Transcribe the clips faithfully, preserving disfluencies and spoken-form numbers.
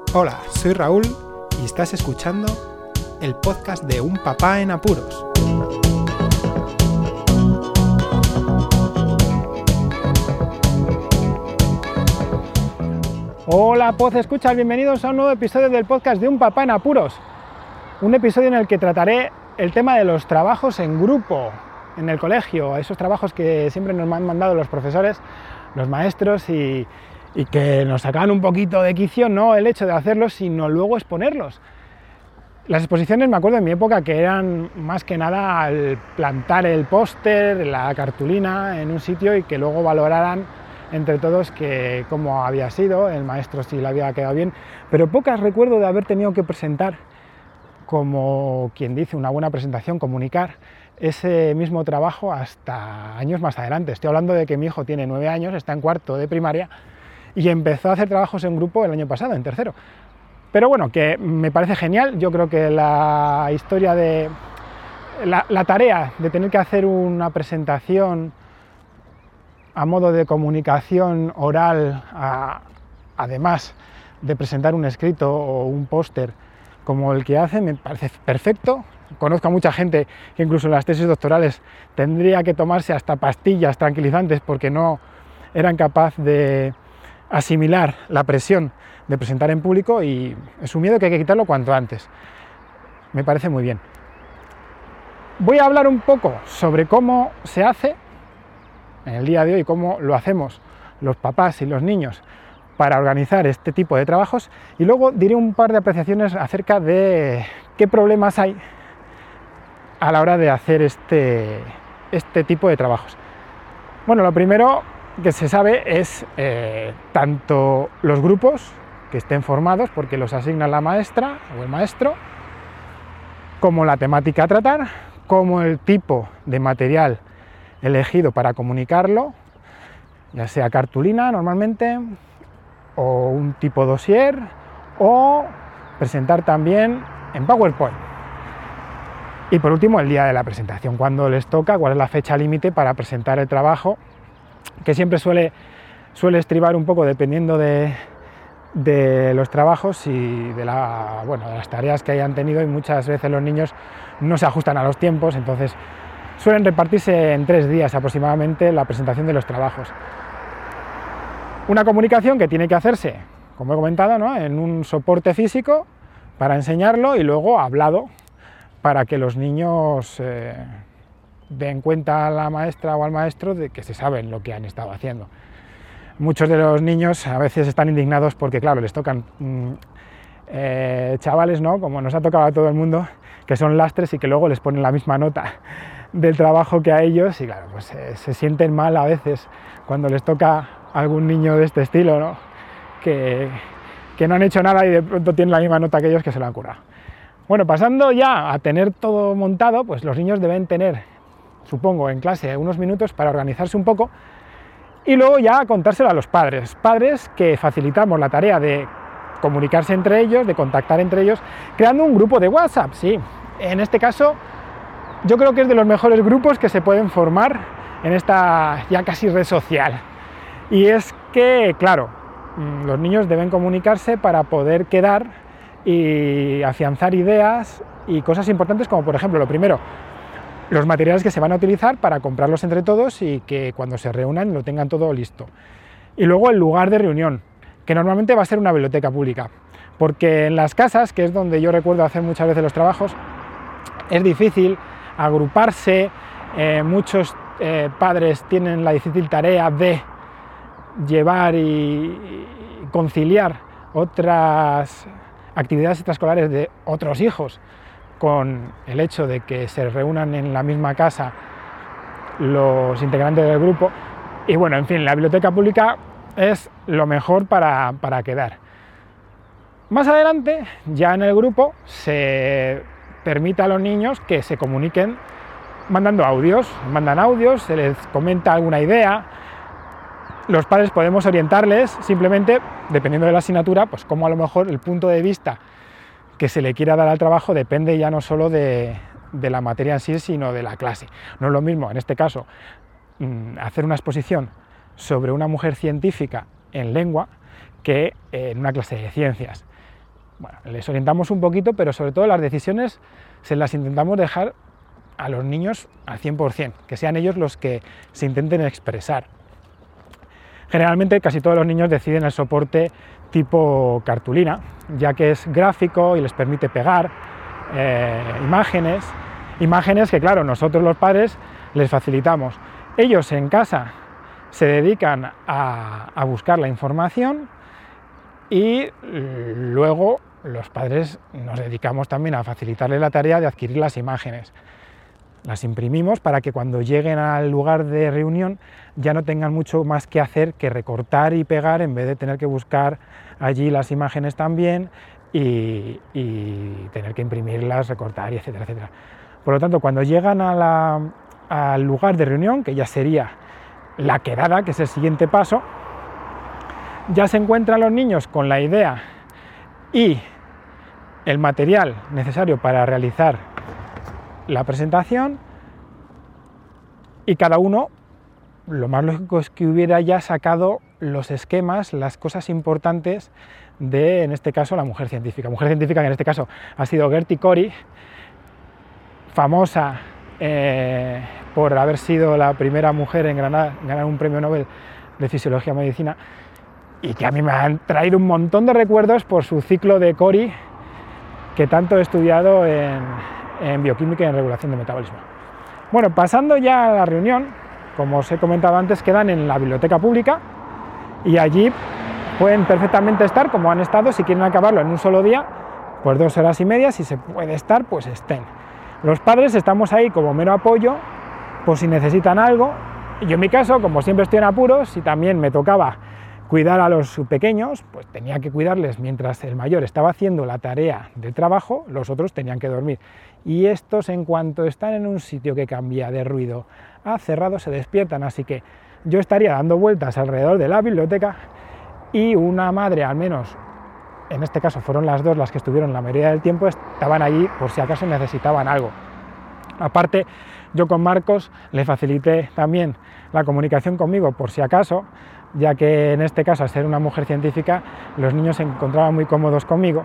Hola, soy Raúl y estás escuchando el podcast de Un Papá en Apuros. Hola, Poz Escuchas, bienvenidos a un nuevo episodio del podcast de Un Papá en Apuros. Un episodio en el que trataré el tema de los trabajos en grupo en el colegio, esos trabajos que siempre nos han mandado los profesores, los maestros y, y que nos sacaban un poquito de quicio, no el hecho de hacerlos, sino luego exponerlos. Las exposiciones, me acuerdo en mi época, que eran más que nada al plantar el póster, la cartulina en un sitio y que luego valoraran entre todos que cómo había sido, el maestro si le había quedado bien, pero pocas recuerdo de haber tenido que presentar, como quien dice, una buena presentación, comunicar ese mismo trabajo hasta años más adelante. Estoy hablando de que mi hijo tiene nueve años, está en cuarto de primaria y empezó a hacer trabajos en grupo el año pasado, en tercero. Pero bueno, que me parece genial. Yo creo que la historia de la, la tarea de tener que hacer una presentación a modo de comunicación oral, a, además de presentar un escrito o un póster como el que hace, me parece perfecto. Conozco a mucha gente que incluso en las tesis doctorales tendría que tomarse hasta pastillas tranquilizantes porque no eran capaces de asimilar la presión de presentar en público, y es un miedo que hay que quitarlo cuanto antes. Me parece muy bien. Voy a hablar un poco sobre cómo se hace en el día de hoy, cómo lo hacemos los papás y los niños para organizar este tipo de trabajos, y luego diré un par de apreciaciones acerca de qué problemas hay a la hora de hacer este, este tipo de trabajos. Bueno, lo primero que se sabe es eh, tanto los grupos que estén formados, porque los asigna la maestra o el maestro, como la temática a tratar, como el tipo de material elegido para comunicarlo, ya sea cartulina normalmente, o un tipo dossier, o presentar también en PowerPoint. Y por último, el día de la presentación, cuando les toca, cuál es la fecha límite para presentar el trabajo, que siempre suele, suele estribar un poco dependiendo de, de los trabajos y de, la, bueno, de las tareas que hayan tenido, y muchas veces los niños no se ajustan a los tiempos, entonces suelen repartirse en tres días aproximadamente la presentación de los trabajos. Una comunicación que tiene que hacerse, como he comentado, ¿no?, en un soporte físico para enseñarlo, y luego hablado para que los niños eh, den cuenta a la maestra o al maestro de que se saben lo que han estado haciendo. Muchos de los niños a veces están indignados porque, claro, les tocan mmm, eh, chavales, ¿no?, como nos ha tocado a todo el mundo, que son lastres y que luego les ponen la misma nota del trabajo que a ellos, y claro, pues eh, se sienten mal a veces cuando les toca a algún niño de este estilo, ¿no?, que, que no han hecho nada y de pronto tienen la misma nota que ellos, que se lo han currado. Bueno, pasando ya a tener todo montado, pues los niños deben tener, supongo, en clase unos minutos para organizarse un poco, y luego ya contárselo a los padres, padres que facilitamos la tarea de comunicarse entre ellos, de contactar entre ellos, creando un grupo de WhatsApp. Sí, en este caso yo creo que es de los mejores grupos que se pueden formar en esta ya casi red social, y es que, claro, los niños deben comunicarse para poder quedar y afianzar ideas y cosas importantes, como por ejemplo, lo primero, los materiales que se van a utilizar para comprarlos entre todos y que cuando se reúnan lo tengan todo listo. Y luego el lugar de reunión, que normalmente va a ser una biblioteca pública, porque en las casas, que es donde yo recuerdo hacer muchas veces los trabajos, es difícil agruparse. eh, muchos eh, padres tienen la difícil tarea de llevar y, y conciliar otras actividades extraescolares de otros hijos con el hecho de que se reúnan en la misma casa los integrantes del grupo. Y bueno, en fin, la biblioteca pública es lo mejor para, para quedar. Más adelante, ya en el grupo, se permite a los niños que se comuniquen mandando audios, mandan audios, se les comenta alguna idea. Los padres podemos orientarles simplemente, dependiendo de la asignatura, pues como a lo mejor el punto de vista que se le quiera dar al trabajo depende ya no solo de, de la materia en sí, sino de la clase. No es lo mismo, en este caso, hacer una exposición sobre una mujer científica en lengua que en una clase de ciencias. bueno, les orientamos un poquito, pero sobre todo las decisiones se las intentamos dejar a los niños al cien por cien, que sean ellos los que se intenten expresar. Generalmente casi todos los niños deciden el soporte tipo cartulina, ya que es gráfico y les permite pegar eh, imágenes, imágenes que claro, nosotros los padres les facilitamos. Ellos en casa se dedican a, a buscar la información y luego los padres nos dedicamos también a facilitarles la tarea de adquirir las imágenes. Las imprimimos para que cuando lleguen al lugar de reunión ya no tengan mucho más que hacer que recortar y pegar en vez de tener que buscar allí las imágenes también y, y tener que imprimirlas, recortar y etcétera, etcétera. Por lo tanto, cuando llegan a la, al lugar de reunión, que ya sería la quedada, que es el siguiente paso, ya se encuentran los niños con la idea y el material necesario para realizar la presentación y cada uno, lo más lógico es que hubiera ya sacado los esquemas, las cosas importantes de, en este caso, la mujer científica. Mujer científica que en este caso ha sido Gertie Cori, famosa eh, por haber sido la primera mujer en ganar, ganar un premio Nobel de Fisiología y Medicina, y que a mí me han traído un montón de recuerdos por su ciclo de Cori que tanto he estudiado en, en bioquímica y en regulación de metabolismo. Bueno, pasando ya a la reunión, como os he comentado antes, quedan en la biblioteca pública y allí pueden perfectamente estar como han estado. Si quieren acabarlo en un solo día, pues dos horas y media, si se puede estar, pues estén. Los padres estamos ahí como mero apoyo, por si necesitan algo. Y yo en mi caso, como siempre estoy en apuros y también me tocaba cuidar a los pequeños, pues tenía que cuidarles mientras el mayor estaba haciendo la tarea de trabajo, los otros tenían que dormir. Y estos, en cuanto están en un sitio que cambia de ruido a cerrado, se despiertan, así que yo estaría dando vueltas alrededor de la biblioteca y una madre, al menos, en este caso fueron las dos las que estuvieron la mayoría del tiempo, estaban allí por si acaso necesitaban algo. Aparte, yo con Marcos le facilité también la comunicación conmigo por si acaso, ya que en este caso, al ser una mujer científica, los niños se encontraban muy cómodos conmigo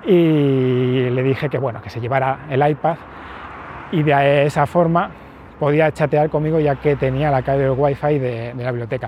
y le dije que bueno, que se llevara el iPad y de esa forma podía chatear conmigo ya que tenía la clave del wifi de, de la biblioteca.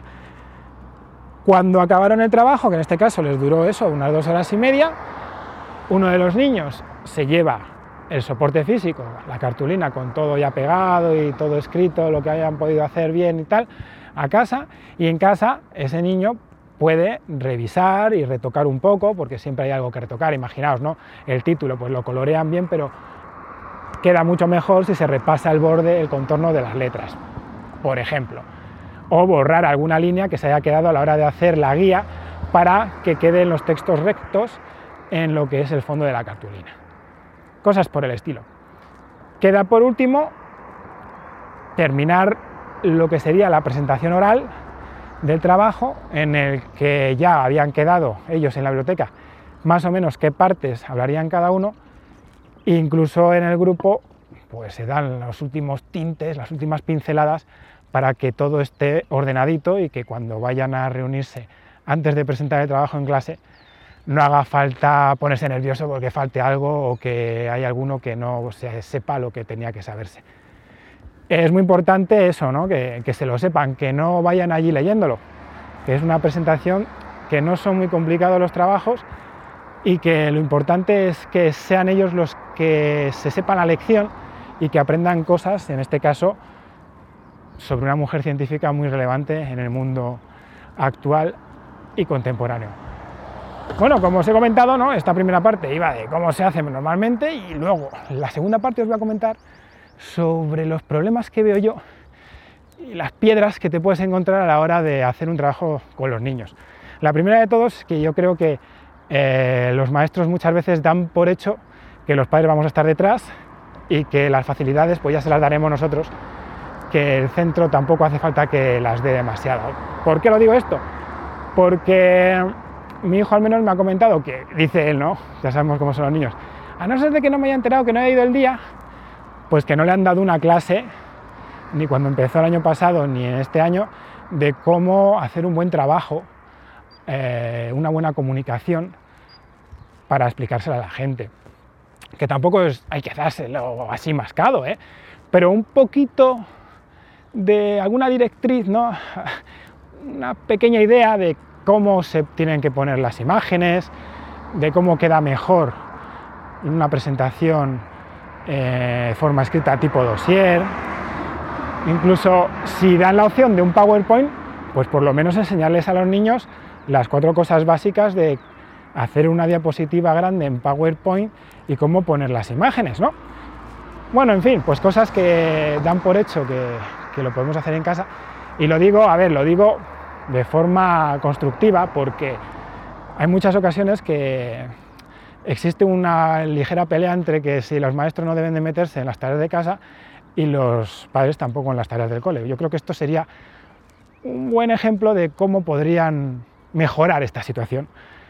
Cuando acabaron el trabajo, que en este caso les duró eso, unas dos horas y media, uno de los niños se lleva el soporte físico, la cartulina con todo ya pegado y todo escrito, lo que hayan podido hacer bien y tal, a casa, y en casa ese niño puede revisar y retocar un poco, porque siempre hay algo que retocar. Imaginaos, ¿no? El título pues lo colorean bien, pero queda mucho mejor si se repasa el borde, el contorno de las letras, por ejemplo, o borrar alguna línea que se haya quedado a la hora de hacer la guía para que queden los textos rectos en lo que es el fondo de la cartulina. Cosas por el estilo. Queda por último terminar lo que sería la presentación oral del trabajo, en el que ya habían quedado ellos en la biblioteca más o menos qué partes hablarían cada uno. Incluso en el grupo pues se dan los últimos tintes, las últimas pinceladas para que todo esté ordenadito y que cuando vayan a reunirse antes de presentar el trabajo en clase no haga falta ponerse nervioso porque falte algo o que hay alguno que no se sepa lo que tenía que saberse. Es muy importante eso, ¿no? que, que se lo sepan, que no vayan allí leyéndolo, que es una presentación que no son muy complicados los trabajos y que lo importante es que sean ellos los que se sepan la lección y que aprendan cosas, en este caso, sobre una mujer científica muy relevante en el mundo actual y contemporáneo. Bueno, como os he comentado, ¿no? Esta primera parte iba de cómo se hace normalmente y luego la segunda parte os voy a comentar sobre los problemas que veo yo y las piedras que te puedes encontrar a la hora de hacer un trabajo con los niños. La primera de todos es que yo creo que eh, los maestros muchas veces dan por hecho que los padres vamos a estar detrás y que las facilidades pues ya se las daremos nosotros, que el centro tampoco hace falta que las dé demasiado. ¿Por qué lo digo esto? Porque mi hijo al menos me ha comentado que, dice él, ¿no? Ya sabemos cómo son los niños, a no ser de que no me haya enterado que no haya ido el día, pues que no le han dado una clase, ni cuando empezó el año pasado, ni en este año, de cómo hacer un buen trabajo, eh, una buena comunicación para explicárselo a la gente. Que tampoco es, hay que dárselo así mascado, ¿eh? Pero un poquito de alguna directriz, ¿no? Una pequeña idea de cómo se tienen que poner las imágenes, de cómo queda mejor una presentación de eh, forma escrita tipo dossier. Incluso si dan la opción de un PowerPoint, pues por lo menos enseñarles a los niños las cuatro cosas básicas de hacer una diapositiva grande en PowerPoint y cómo poner las imágenes, ¿no? Bueno, en fin, pues cosas que dan por hecho que, que lo podemos hacer en casa. Y lo digo, a ver, lo digo de forma constructiva porque hay muchas ocasiones que existe una ligera pelea entre que si los maestros no deben de meterse en las tareas de casa y los padres tampoco en las tareas del cole. Yo creo que esto sería un buen ejemplo de cómo podrían mejorar esta situación,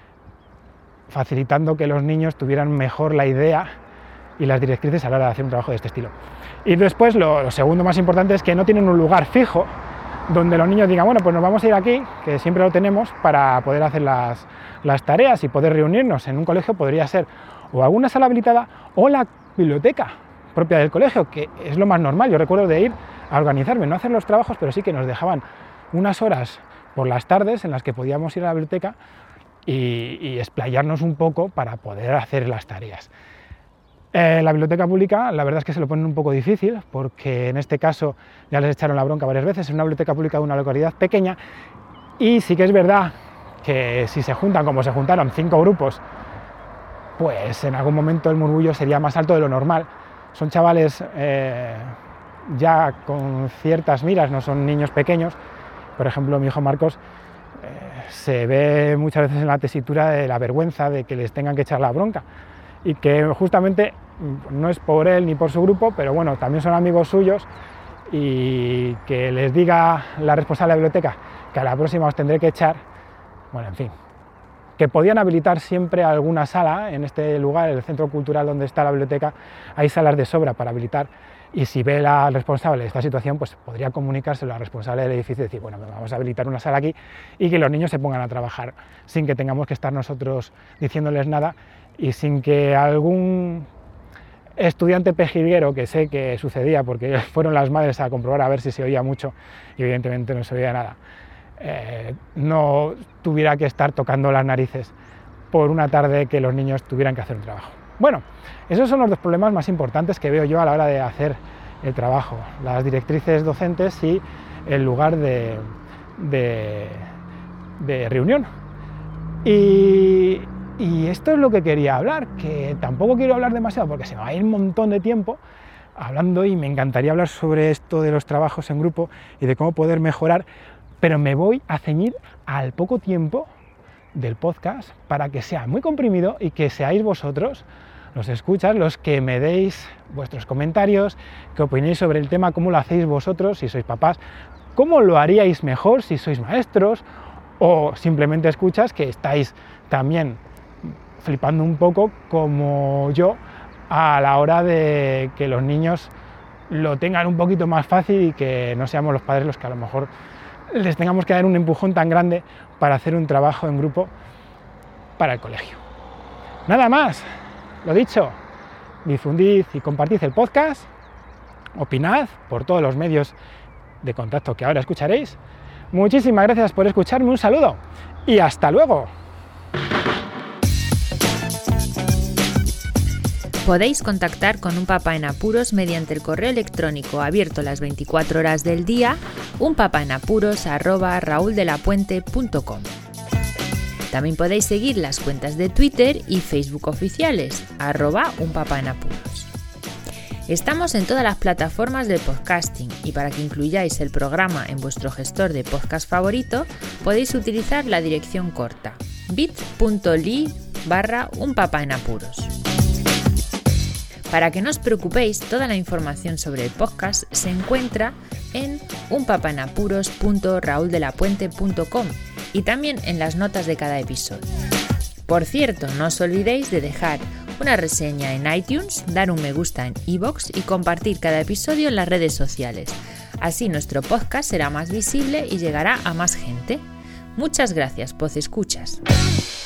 facilitando que los niños tuvieran mejor la idea y las directrices a la hora de hacer un trabajo de este estilo. Y después lo, lo segundo más importante es que no tienen un lugar fijo donde los niños digan, bueno, pues nos vamos a ir aquí, que siempre lo tenemos, para poder hacer las, las tareas y poder reunirnos. En un colegio podría ser o alguna sala habilitada o la biblioteca propia del colegio, que es lo más normal. Yo recuerdo de ir a organizarme, no hacer los trabajos, pero sí que nos dejaban unas horas por las tardes en las que podíamos ir a la biblioteca y, y explayarnos un poco para poder hacer las tareas. Eh, la biblioteca pública, la verdad es que se lo ponen un poco difícil, porque en este caso ya les echaron la bronca varias veces, es una biblioteca pública de una localidad pequeña, y sí que es verdad que si se juntan como se juntaron cinco grupos, pues en algún momento el murmullo sería más alto de lo normal. Son chavales eh, ya con ciertas miras, no son niños pequeños. Por ejemplo, mi hijo Marcos eh, se ve muchas veces en la tesitura de la vergüenza de que les tengan que echar la bronca, y que justamente no es por él ni por su grupo, pero bueno, también son amigos suyos, y que les diga la responsable de la biblioteca que a la próxima os tendré que echar, bueno, en fin, que podían habilitar siempre alguna sala en este lugar, el centro cultural donde está la biblioteca, hay salas de sobra para habilitar, y si ve la responsable de esta situación, pues podría comunicárselo a la responsable del edificio y decir, bueno, vamos a habilitar una sala aquí y que los niños se pongan a trabajar sin que tengamos que estar nosotros diciéndoles nada, y sin que algún estudiante pejiguero, que sé que sucedía porque fueron las madres a comprobar a ver si se oía mucho y evidentemente no se oía nada, eh, no tuviera que estar tocando las narices por una tarde que los niños tuvieran que hacer un trabajo. Bueno, esos son los dos problemas más importantes que veo yo a la hora de hacer el trabajo, las directrices docentes y el lugar de, de, de reunión. Y, y esto es lo que quería hablar, que tampoco quiero hablar demasiado porque se me va a ir un montón de tiempo hablando, y me encantaría hablar sobre esto de los trabajos en grupo y de cómo poder mejorar, pero me voy a ceñir al poco tiempo del podcast para que sea muy comprimido y que seáis vosotros, los escuchas, los que me deis vuestros comentarios, que opinéis sobre el tema, cómo lo hacéis vosotros si sois papás, cómo lo haríais mejor si sois maestros, o simplemente escuchas que estáis también flipando un poco como yo a la hora de que los niños lo tengan un poquito más fácil y que no seamos los padres los que a lo mejor les tengamos que dar un empujón tan grande para hacer un trabajo en grupo para el colegio. Nada más, lo dicho, difundid y compartid el podcast, opinad por todos los medios de contacto que ahora escucharéis. Muchísimas gracias por escucharme, un saludo y hasta luego. Podéis contactar con Un Papá en Apuros mediante el correo electrónico abierto las veinticuatro horas del día, unpapaenapuros arroba rauldelapuente punto com. También podéis seguir las cuentas de Twitter y Facebook oficiales, arroba unpapaenapuros. Estamos en todas las plataformas de podcasting, y para que incluyáis el programa en vuestro gestor de podcast favorito, podéis utilizar la dirección corta bit.ly barra unpapaenapuros. Para que no os preocupéis, toda la información sobre el podcast se encuentra en unpapaenapuros punto rauldelapuente punto com y también en las notas de cada episodio. Por cierto, no os olvidéis de dejar una reseña en iTunes, dar un me gusta en iVoox y compartir cada episodio en las redes sociales. Así nuestro podcast será más visible y llegará a más gente. Muchas gracias, podcescuchas.